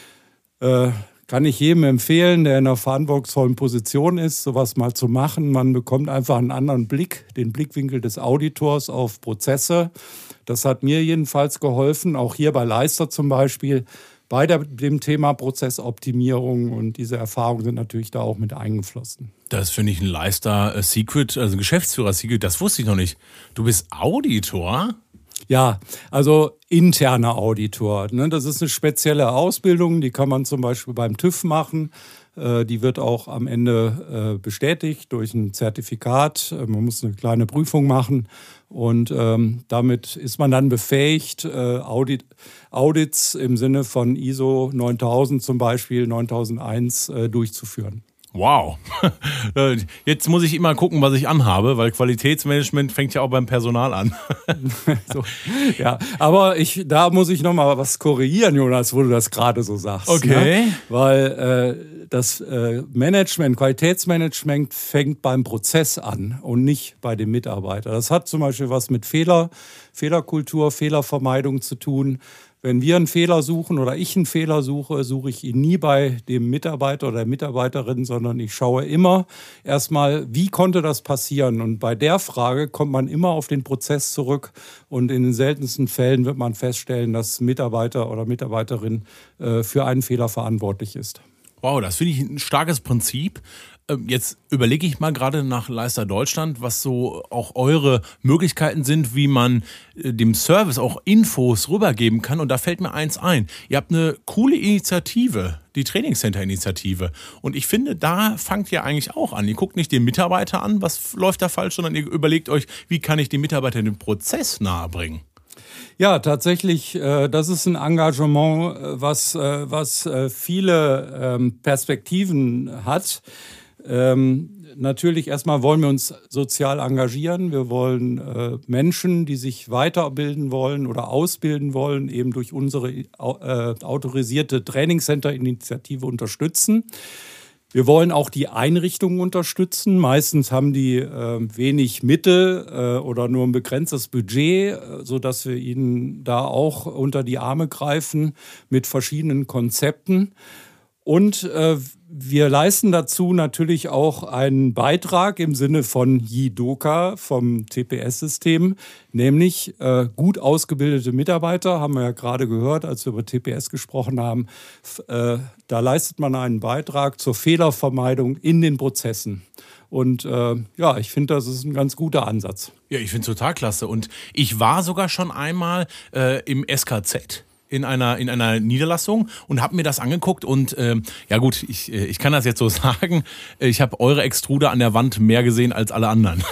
Kann ich jedem empfehlen, der in einer verantwortungsvollen Position ist, sowas mal zu machen. Man bekommt einfach einen anderen Blick, den Blickwinkel des Auditors auf Prozesse. Das hat mir jedenfalls geholfen, auch hier bei Leister zum Beispiel, bei dem Thema Prozessoptimierung, und diese Erfahrungen sind natürlich da auch mit eingeflossen. Das finde ich ein Leister-Secret, also Geschäftsführer-Secret, das wusste ich noch nicht. Du bist Auditor? Ja, also interner Auditor. Ne? Das ist eine spezielle Ausbildung, die kann man zum Beispiel beim TÜV machen. Die wird auch am Ende bestätigt durch ein Zertifikat. Man muss eine kleine Prüfung machen und damit ist man dann befähigt, Audits im Sinne von ISO 9000 zum Beispiel, 9001 durchzuführen. Wow. Jetzt muss ich immer gucken, was ich anhabe, weil Qualitätsmanagement fängt ja auch beim Personal an. So, ja, aber da muss ich noch mal was korrigieren, Jonas, wo du das gerade so sagst. Okay. Ne? Weil das Qualitätsmanagement fängt beim Prozess an und nicht bei dem Mitarbeiter. Das hat zum Beispiel was mit Fehlerkultur, Fehlervermeidung zu tun. Wenn wir einen Fehler suchen oder ich einen Fehler suche, suche ich ihn nie bei dem Mitarbeiter oder der Mitarbeiterin, sondern ich schaue immer erstmal, wie konnte das passieren? Und bei der Frage kommt man immer auf den Prozess zurück, und in den seltensten Fällen wird man feststellen, dass Mitarbeiter oder Mitarbeiterin für einen Fehler verantwortlich ist. Wow, das finde ich ein starkes Prinzip. Jetzt überlege ich mal gerade nach Leister Deutschland, was so auch eure Möglichkeiten sind, wie man dem Service auch Infos rübergeben kann. Und da fällt mir eins ein. Ihr habt eine coole Initiative, die Trainingscenter-Initiative. Und ich finde, da fangt ihr eigentlich auch an. Ihr guckt nicht den Mitarbeiter an, was läuft da falsch, sondern ihr überlegt euch, wie kann ich den Mitarbeiter den Prozess nahebringen. Ja, tatsächlich, das ist ein Engagement, was viele Perspektiven hat. Natürlich erstmal wollen wir uns sozial engagieren. Wir wollen Menschen, die sich weiterbilden wollen oder ausbilden wollen, eben durch unsere autorisierte Trainingscenter-Initiative unterstützen. Wir wollen auch die Einrichtungen unterstützen. Meistens haben die wenig Mittel oder nur ein begrenztes Budget, sodass wir ihnen da auch unter die Arme greifen mit verschiedenen Konzepten. Und wir leisten dazu natürlich auch einen Beitrag im Sinne von JIDOKA vom TPS-System, nämlich gut ausgebildete Mitarbeiter, haben wir ja gerade gehört, als wir über TPS gesprochen haben. Da leistet man einen Beitrag zur Fehlervermeidung in den Prozessen. Und ja, ich finde, das ist ein ganz guter Ansatz. Ja, ich finde es total klasse. Und ich war sogar schon einmal im SKZ. In einer Niederlassung und habe mir das angeguckt und ja gut, ich kann das jetzt so sagen, ich habe eure Extruder an der Wand mehr gesehen als alle anderen.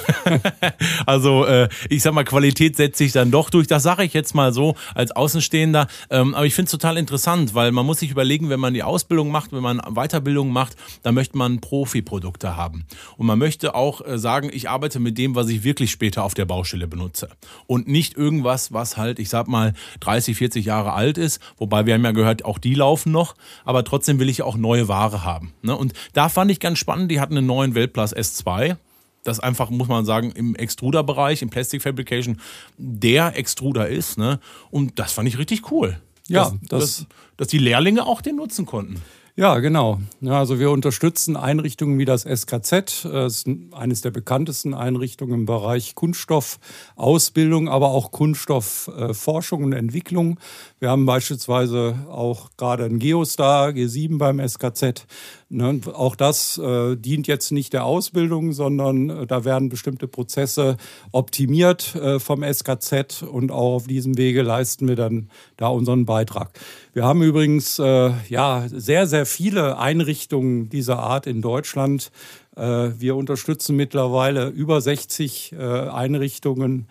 Also ich sag mal, Qualität setzt sich dann doch durch, das sage ich jetzt mal so als Außenstehender, aber ich finde es total interessant, weil man muss sich überlegen, wenn man die Ausbildung macht, wenn man Weiterbildung macht, dann möchte man Profi-Produkte haben und man möchte auch sagen, ich arbeite mit dem, was ich wirklich später auf der Baustelle benutze und nicht irgendwas, was halt, ich sag mal, 30, 40 Jahre alt ist, wobei wir haben ja gehört, auch die laufen noch, aber trotzdem will ich ja auch neue Ware haben. Ne? Und da fand ich ganz spannend, die hatten einen neuen Weltplus S2, das einfach, muss man sagen, im Extruder-Bereich, im Plastic Fabrication, der Extruder ist. Ne? Und das fand ich richtig cool, ja, dass die Lehrlinge auch den nutzen konnten. Ja, genau. Ja, also wir unterstützen Einrichtungen wie das SKZ. Das ist eines der bekanntesten Einrichtungen im Bereich Kunststoffausbildung, aber auch Kunststoffforschung und Entwicklung. Wir haben beispielsweise auch gerade einen Geostar, G7 beim SKZ. Ne? Auch das dient jetzt nicht der Ausbildung, sondern da werden bestimmte Prozesse optimiert vom SKZ und auch auf diesem Wege leisten wir dann da unseren Beitrag. Wir haben übrigens sehr, sehr viele Einrichtungen dieser Art in Deutschland. Wir unterstützen mittlerweile über 60 Einrichtungen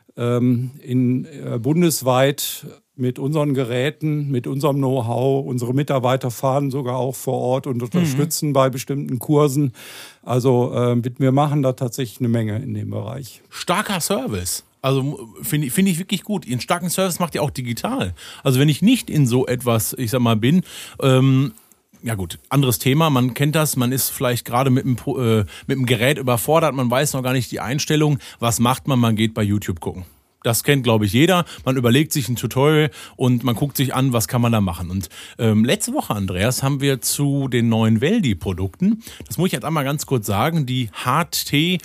bundesweit mit unseren Geräten, mit unserem Know-how. Unsere Mitarbeiter fahren sogar auch vor Ort und unterstützen bei bestimmten Kursen. Also wir machen da tatsächlich eine Menge in dem Bereich. Starker Service. Also finde ich wirklich gut. Ihren starken Service macht ihr auch digital. Also wenn ich nicht in so etwas, ich sag mal, bin, ja gut, anderes Thema, man kennt das, man ist vielleicht gerade mit dem Gerät überfordert, man weiß noch gar nicht die Einstellung. Was macht man? Man geht bei YouTube gucken. Das kennt, glaube ich, jeder. Man überlegt sich ein Tutorial und man guckt sich an, was kann man da machen. Und letzte Woche, Andreas, haben wir zu den neuen Weldi-Produkten, das muss ich jetzt einmal ganz kurz sagen, die HT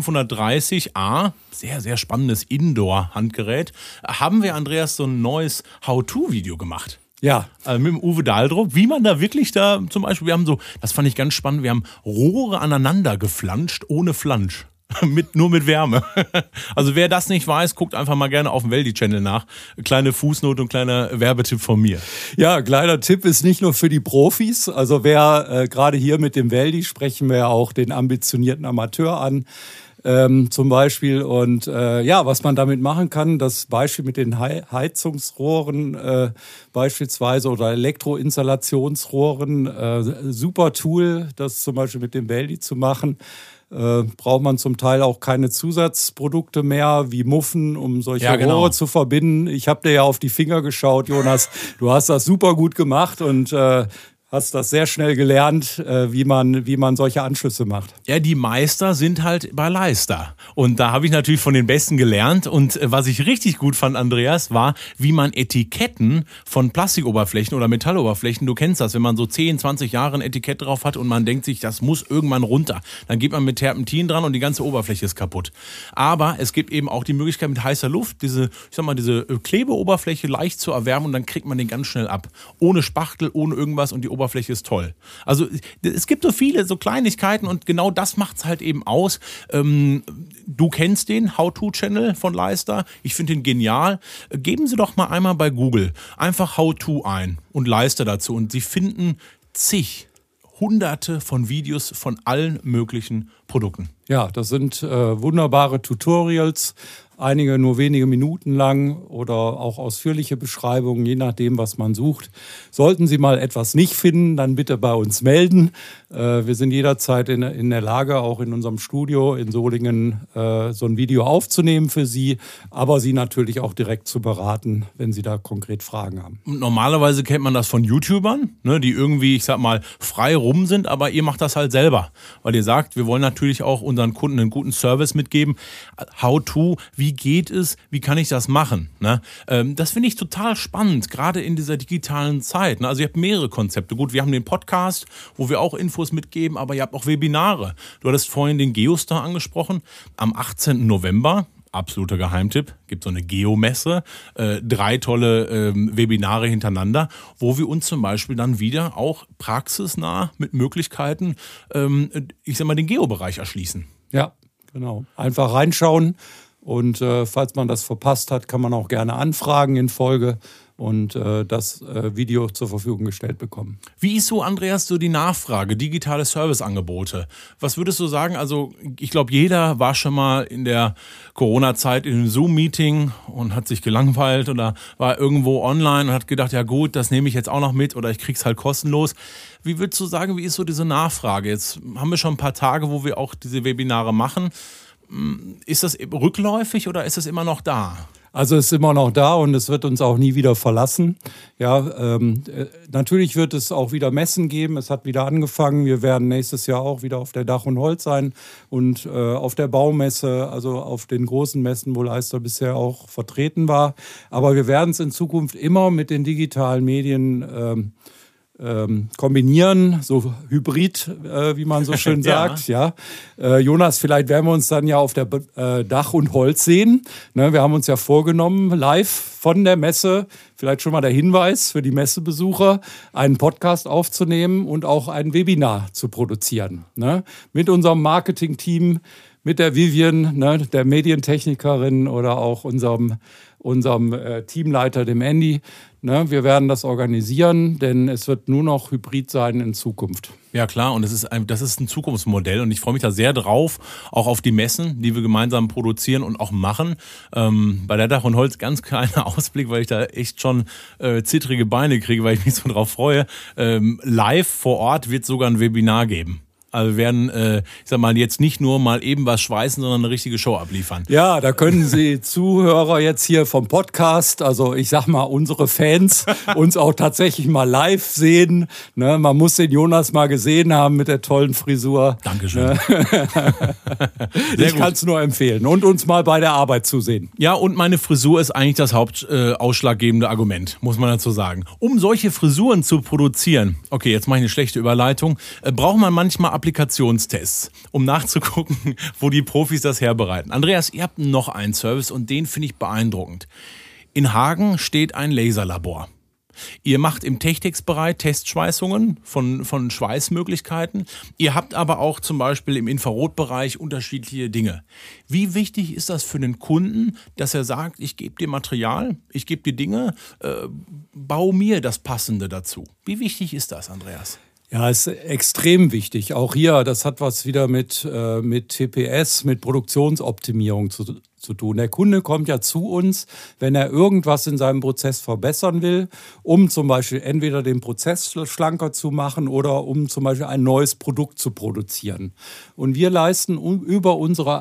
530A, sehr, sehr spannendes Indoor-Handgerät, haben wir, Andreas, so ein neues How-To-Video gemacht. Ja. Mit dem Uwe Dahldrup, wie man da wirklich da zum Beispiel, wir haben so, das fand ich ganz spannend, wir haben Rohre aneinander geflanscht, ohne Flansch. Nur mit Wärme. Also wer das nicht weiß, guckt einfach mal gerne auf dem Weldi-Channel nach. Kleine Fußnote und kleiner Werbetipp von mir. Ja, kleiner Tipp ist nicht nur für die Profis. Also wer gerade hier mit dem Weldi sprechen wir ja auch den ambitionierten Amateur an. Zum Beispiel. Und was man damit machen kann, das Beispiel mit den Heizungsrohren beispielsweise oder Elektroinstallationsrohren, super Tool, das zum Beispiel mit dem Weldi zu machen. Braucht man zum Teil auch keine Zusatzprodukte mehr, wie Muffen, um solche Rohre zu verbinden. Ich habe dir ja auf die Finger geschaut, Jonas. Du hast das super gut gemacht und hast das sehr schnell gelernt, wie man solche Anschlüsse macht. Ja, die Meister sind halt bei Leister. Und da habe ich natürlich von den Besten gelernt. Und was ich richtig gut fand, Andreas, war, wie man Etiketten von Plastikoberflächen oder Metalloberflächen, du kennst das, wenn man so 10, 20 Jahre ein Etikett drauf hat und man denkt sich, das muss irgendwann runter. Dann geht man mit Terpentin dran und die ganze Oberfläche ist kaputt. Aber es gibt eben auch die Möglichkeit, mit heißer Luft diese Klebeoberfläche leicht zu erwärmen und dann kriegt man den ganz schnell ab. Ohne Spachtel, ohne irgendwas und die Oberfläche ist toll. Also es gibt so viele so Kleinigkeiten und genau das macht es halt eben aus. Du kennst den How-To-Channel von Leister. Ich finde den genial. Geben Sie doch mal einmal bei Google einfach How-To ein und Leister dazu und Sie finden Hunderte von Videos von allen möglichen Produkten. Ja, das sind wunderbare Tutorials, einige nur wenige Minuten lang oder auch ausführliche Beschreibungen, je nachdem, was man sucht. Sollten Sie mal etwas nicht finden, dann bitte bei uns melden. Wir sind jederzeit in der Lage, auch in unserem Studio in Solingen so ein Video aufzunehmen für Sie, aber Sie natürlich auch direkt zu beraten, wenn Sie da konkret Fragen haben. Normalerweise kennt man das von YouTubern, ne, die irgendwie, ich sag mal, frei rum sind, aber ihr macht das halt selber, weil ihr sagt, wir wollen natürlich auch unseren Kunden einen guten Service mitgeben. How-to, wie geht es, wie kann ich das machen? Ne? Das finde ich total spannend, gerade in dieser digitalen Zeit. Ne? Also ihr habt mehrere Konzepte. Gut, wir haben den Podcast, wo wir auch Infos mitgeben, aber ihr habt auch Webinare. Du hattest vorhin den Geostar angesprochen. Am 18. November, absoluter Geheimtipp, gibt so eine Geomesse, 3 tolle Webinare hintereinander, wo wir uns zum Beispiel dann wieder auch praxisnah mit Möglichkeiten, ich sag mal, den Geobereich erschließen. Ja, genau. Einfach reinschauen. Und falls man das verpasst hat, kann man auch gerne anfragen in Folge und das Video zur Verfügung gestellt bekommen. Wie ist so, Andreas, so die Nachfrage, digitale Serviceangebote? Was würdest du sagen? Also ich glaube, jeder war schon mal in der Corona-Zeit in einem Zoom-Meeting und hat sich gelangweilt oder war irgendwo online und hat gedacht, ja gut, das nehme ich jetzt auch noch mit oder ich krieg's halt kostenlos. Wie würdest du sagen, wie ist so diese Nachfrage? Jetzt haben wir schon ein paar Tage, wo wir auch diese Webinare machen. Ist das rückläufig oder ist es immer noch da? Also es ist immer noch da und es wird uns auch nie wieder verlassen. Ja, natürlich wird es auch wieder Messen geben. Es hat wieder angefangen. Wir werden nächstes Jahr auch wieder auf der Dach und Holz sein und auf der Baumesse, also auf den großen Messen, wo Leister bisher auch vertreten war. Aber wir werden es in Zukunft immer mit den digitalen Medien kombinieren, so hybrid, wie man so schön sagt. Ja. Jonas, vielleicht werden wir uns dann ja auf der Dach und Holz sehen. Ne, wir haben uns ja vorgenommen, live von der Messe, vielleicht schon mal der Hinweis für die Messebesucher, einen Podcast aufzunehmen und auch ein Webinar zu produzieren. Ne, mit unserem Marketing-Team, mit der Vivian, ne, der Medientechnikerin oder auch unserem Teamleiter, dem Andy. Ne, wir werden das organisieren, denn es wird nur noch hybrid sein in Zukunft. Ja klar, und das ist ein Zukunftsmodell und ich freue mich da sehr drauf, auch auf die Messen, die wir gemeinsam produzieren und auch machen. Bei der Dach und Holz ganz kleiner Ausblick, weil ich da echt schon zittrige Beine kriege, weil ich mich so drauf freue. Live vor Ort wird sogar ein Webinar geben. Also wir werden, ich sag mal, jetzt nicht nur mal eben was schweißen, sondern eine richtige Show abliefern. Ja, da können Sie Zuhörer jetzt hier vom Podcast, also ich sag mal, unsere Fans, uns auch tatsächlich mal live sehen. Ne, man muss den Jonas mal gesehen haben mit der tollen Frisur. Dankeschön. Ne? Ich kann es nur empfehlen. Und uns mal bei der Arbeit zusehen. Ja, und meine Frisur ist eigentlich das hauptausschlaggebende Argument, muss man dazu sagen. Um solche Frisuren zu produzieren, okay, jetzt mache ich eine schlechte Überleitung, braucht man manchmal Applikationstests, um nachzugucken, wo die Profis das herbereiten. Andreas, ihr habt noch einen Service und den finde ich beeindruckend. In Hagen steht ein Laserlabor. Ihr macht im Techtex-Bereich Testschweißungen von Schweißmöglichkeiten. Ihr habt aber auch zum Beispiel im Infrarotbereich unterschiedliche Dinge. Wie wichtig ist das für den Kunden, dass er sagt, ich gebe dir Material, ich gebe dir Dinge, bau mir das Passende dazu? Wie wichtig ist das, Andreas? Ja, ist extrem wichtig. Auch hier, das hat was wieder mit TPS, mit Produktionsoptimierung zu tun. Der Kunde kommt ja zu uns, wenn er irgendwas in seinem Prozess verbessern will, um zum Beispiel entweder den Prozess schlanker zu machen oder um zum Beispiel ein neues Produkt zu produzieren. Und wir leisten über unseren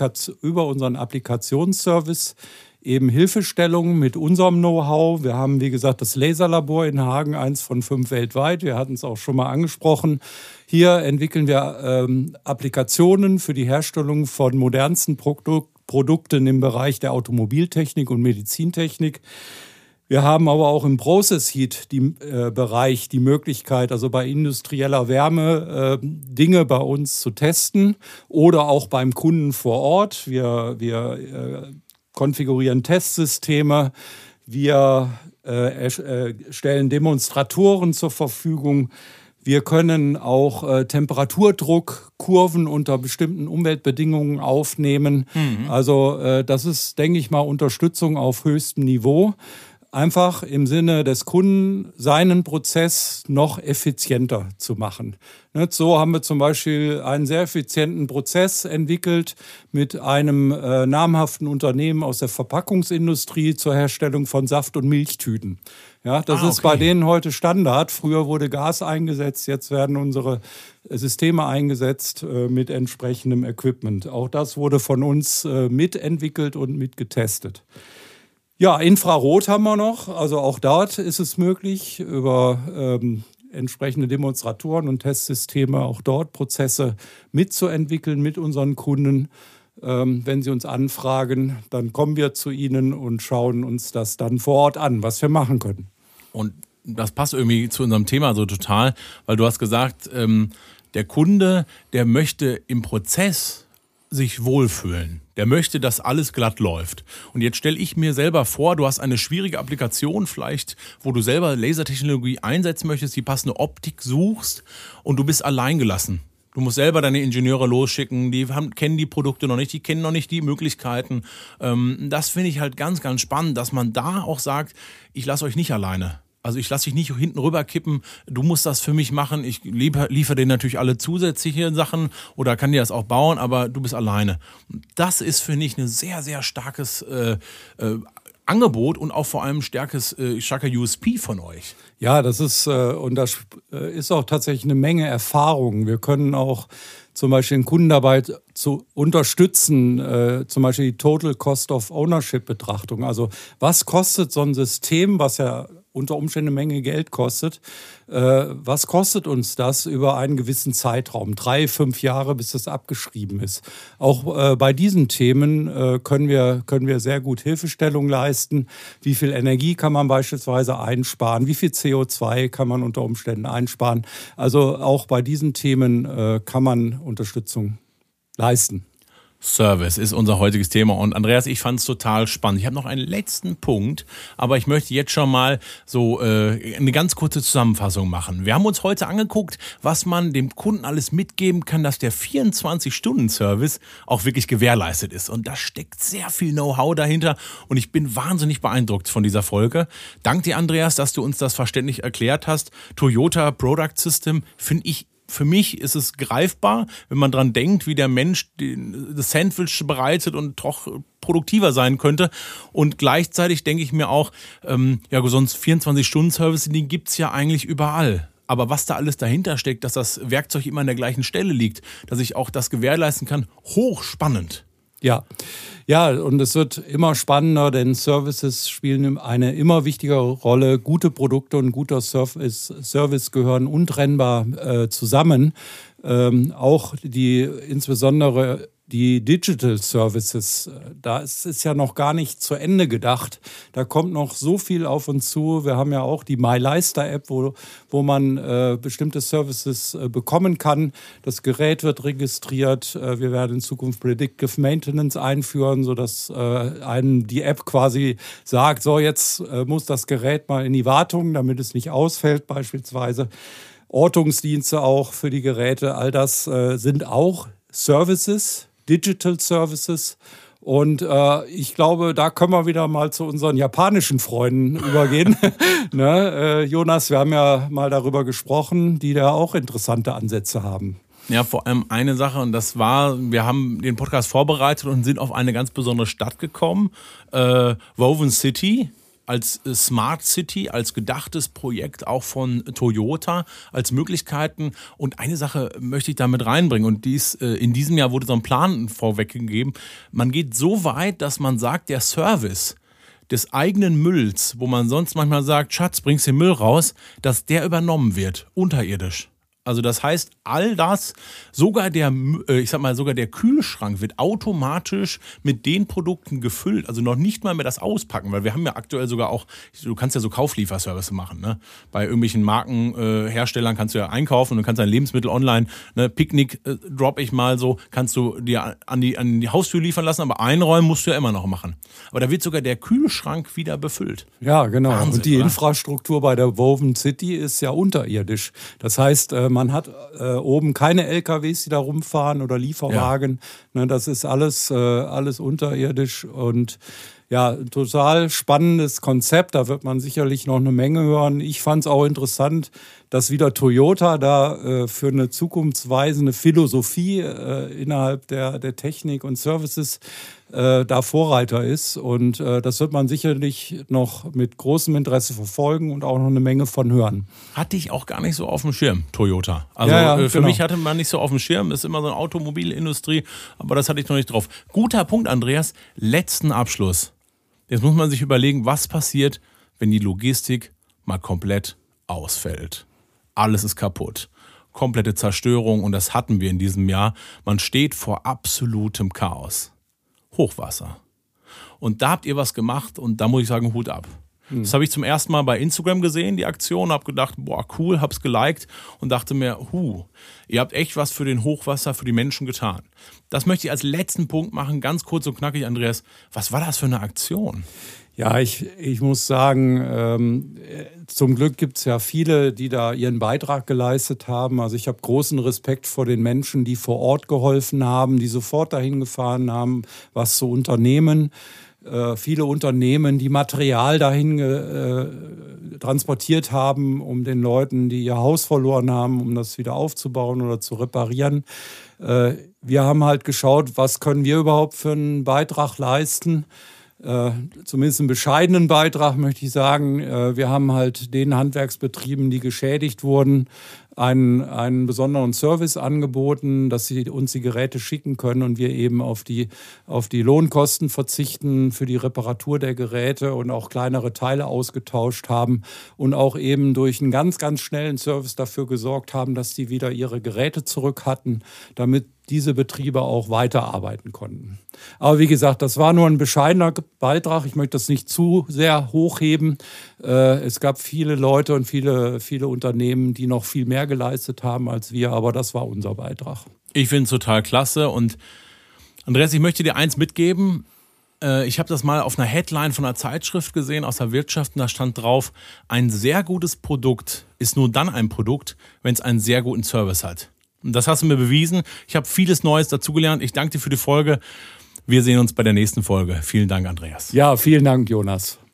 Applikationsservice eben Hilfestellungen mit unserem Know-how. Wir haben, wie gesagt, das Laserlabor in Hagen, 1 von 5 weltweit. Wir hatten es auch schon mal angesprochen. Hier entwickeln wir Applikationen für die Herstellung von modernsten Produkten im Bereich der Automobiltechnik und Medizintechnik. Wir haben aber auch im Process Heat Bereich die Möglichkeit, also bei industrieller Wärme Dinge bei uns zu testen oder auch beim Kunden vor Ort. Wir konfigurieren Testsysteme, wir stellen Demonstratoren zur Verfügung. Wir können auch Temperaturdruckkurven unter bestimmten Umweltbedingungen aufnehmen. Mhm. Also das ist, denke ich mal, Unterstützung auf höchstem Niveau. Einfach im Sinne des Kunden seinen Prozess noch effizienter zu machen. So haben wir zum Beispiel einen sehr effizienten Prozess entwickelt mit einem namhaften Unternehmen aus der Verpackungsindustrie zur Herstellung von Saft- und Milchtüten. Ja, das ist bei denen heute Standard. Früher wurde Gas eingesetzt, jetzt werden unsere Systeme eingesetzt mit entsprechendem Equipment. Auch das wurde von uns mitentwickelt und mitgetestet. Ja, Infrarot haben wir noch. Also auch dort ist es möglich, über entsprechende Demonstratoren und Testsysteme auch dort Prozesse mitzuentwickeln mit unseren Kunden. Wenn sie uns anfragen, dann kommen wir zu ihnen und schauen uns das dann vor Ort an, was wir machen können. Und das passt irgendwie zu unserem Thema so total, weil du hast gesagt, der Kunde, der möchte im Prozess sich wohlfühlen. Der möchte, dass alles glatt läuft. Und jetzt stelle ich mir selber vor, du hast eine schwierige Applikation vielleicht, wo du selber Lasertechnologie einsetzen möchtest, die passende Optik suchst und du bist alleingelassen. Du musst selber deine Ingenieure losschicken, die kennen die Produkte noch nicht, die kennen noch nicht die Möglichkeiten. Das finde ich halt ganz, ganz spannend, dass man da auch sagt, ich lasse euch nicht alleine. Also ich lasse dich nicht hinten rüber kippen, du musst das für mich machen, ich liefere dir natürlich alle zusätzliche Sachen oder kann dir das auch bauen, aber du bist alleine. Das ist, finde ich, ein sehr, sehr starkes Angebot und auch vor allem starker USP von euch. Ja, das ist auch tatsächlich eine Menge Erfahrung. Wir können auch zum Beispiel den Kunden dabei zu unterstützen, zum Beispiel die Total Cost of Ownership Betrachtung. Also was kostet so ein System, was ja unter Umständen eine Menge Geld kostet. Was kostet uns das über einen gewissen Zeitraum? 3, 5 Jahre, bis das abgeschrieben ist. Auch bei diesen Themen können wir sehr gut Hilfestellung leisten. Wie viel Energie kann man beispielsweise einsparen? Wie viel CO2 kann man unter Umständen einsparen? Also auch bei diesen Themen kann man Unterstützung leisten. Service ist unser heutiges Thema und Andreas, ich fand es total spannend. Ich habe noch einen letzten Punkt, aber ich möchte jetzt schon mal so eine ganz kurze Zusammenfassung machen. Wir haben uns heute angeguckt, was man dem Kunden alles mitgeben kann, dass der 24-Stunden-Service auch wirklich gewährleistet ist. Und da steckt sehr viel Know-how dahinter und ich bin wahnsinnig beeindruckt von dieser Folge. Dank dir, Andreas, dass du uns das verständlich erklärt hast. Toyota Product System finde ich. Für mich ist es greifbar, wenn man dran denkt, wie der Mensch das Sandwich bereitet und doch produktiver sein könnte. Und gleichzeitig denke ich mir auch, sonst 24-Stunden-Service, den gibt's ja eigentlich überall. Aber was da alles dahinter steckt, dass das Werkzeug immer an der gleichen Stelle liegt, dass ich auch das gewährleisten kann, hochspannend. Ja, und es wird immer spannender, denn Services spielen eine immer wichtigere Rolle. Gute Produkte und guter Service gehören untrennbar zusammen. Auch insbesondere die Digital Services, da ist es ja noch gar nicht zu Ende gedacht. Da kommt noch so viel auf uns zu. Wir haben ja auch die MyLeister-App, wo man bestimmte Services bekommen kann. Das Gerät wird registriert. Wir werden in Zukunft Predictive Maintenance einführen, sodass einem die App quasi sagt, so jetzt muss das Gerät mal in die Wartung, damit es nicht ausfällt beispielsweise. Ortungsdienste auch für die Geräte, all das sind auch Services, Digital Services. Und ich glaube, da können wir wieder mal zu unseren japanischen Freunden übergehen. Ne? Jonas, wir haben ja mal darüber gesprochen, die da auch interessante Ansätze haben. Ja, vor allem eine Sache, und das war, wir haben den Podcast vorbereitet und sind auf eine ganz besondere Stadt gekommen, Woven City. Als Smart City, als gedachtes Projekt auch von Toyota, als Möglichkeiten. Und eine Sache möchte ich da mit reinbringen. Und in diesem Jahr wurde so ein Plan vorweggegeben. Man geht so weit, dass man sagt, der Service des eigenen Mülls, wo man sonst manchmal sagt, Schatz, bringst den Müll raus, dass der übernommen wird, unterirdisch. Also das heißt, all das, sogar der Kühlschrank wird automatisch mit den Produkten gefüllt. Also noch nicht mal mehr das Auspacken, weil wir haben ja aktuell sogar auch, du kannst ja so Kauflieferservice machen, ne? Bei irgendwelchen Markenherstellern kannst du ja einkaufen und kannst dein Lebensmittel online, ne? Picknick drop ich mal so, kannst du dir an die Haustür liefern lassen, aber einräumen musst du ja immer noch machen. Aber da wird sogar der Kühlschrank wieder befüllt. Ja, genau. Wahnsinn, und die oder? Infrastruktur bei der Woven City ist ja unterirdisch. Das heißt, man hat oben keine LKWs, die da rumfahren oder Lieferwagen. Ja. Ne, das ist alles unterirdisch und ja, ein total spannendes Konzept. Da wird man sicherlich noch eine Menge hören. Ich fand es auch interessant, dass wieder Toyota da für eine zukunftsweisende Philosophie innerhalb der Technik und Services da Vorreiter ist. Und das wird man sicherlich noch mit großem Interesse verfolgen und auch noch eine Menge von hören. Hatte ich auch gar nicht so auf dem Schirm, Toyota. Also für genau. mich hatte man nicht so auf dem Schirm. Ist immer so eine Automobilindustrie, aber das hatte ich noch nicht drauf. Guter Punkt, Andreas. Letzten Abschluss. Jetzt muss man sich überlegen, was passiert, wenn die Logistik mal komplett ausfällt. Alles ist kaputt. Komplette Zerstörung und das hatten wir in diesem Jahr. Man steht vor absolutem Chaos. Hochwasser. Und da habt ihr was gemacht und da muss ich sagen, Hut ab. Das habe ich zum ersten Mal bei Instagram gesehen, die Aktion, habe gedacht, boah, cool, hab's geliked und dachte mir, ihr habt echt was für den Hochwasser, für die Menschen getan. Das möchte ich als letzten Punkt machen, ganz kurz und knackig, Andreas. Was war das für eine Aktion? Ja, ich muss sagen, zum Glück gibt es ja viele, die da ihren Beitrag geleistet haben. Also ich habe großen Respekt vor den Menschen, die vor Ort geholfen haben, die sofort dahin gefahren haben, was zu unternehmen. Viele Unternehmen, die Material dahin transportiert haben, um den Leuten, die ihr Haus verloren haben, um das wieder aufzubauen oder zu reparieren. Wir haben halt geschaut, was können wir überhaupt für einen Beitrag leisten. zumindest einen bescheidenen Beitrag, möchte ich sagen. Wir haben halt den Handwerksbetrieben, die geschädigt wurden, einen besonderen Service angeboten, dass sie uns die Geräte schicken können und wir eben auf die Lohnkosten verzichten für die Reparatur der Geräte und auch kleinere Teile ausgetauscht haben und auch eben durch einen ganz, ganz schnellen Service dafür gesorgt haben, dass die wieder ihre Geräte zurück hatten, damit diese Betriebe auch weiterarbeiten konnten. Aber wie gesagt, das war nur ein bescheidener Beitrag. Ich möchte das nicht zu sehr hochheben. Es gab viele Leute und viele Unternehmen, die noch viel mehr geleistet haben als wir, aber das war unser Beitrag. Ich finde es total klasse und Andreas, ich möchte dir eins mitgeben. Ich habe das mal auf einer Headline von einer Zeitschrift gesehen aus der Wirtschaft und da stand drauf, ein sehr gutes Produkt ist nur dann ein Produkt, wenn es einen sehr guten Service hat. Und das hast du mir bewiesen. Ich habe vieles Neues dazugelernt. Ich danke dir für die Folge. Wir sehen uns bei der nächsten Folge. Vielen Dank, Andreas. Ja, vielen Dank, Jonas.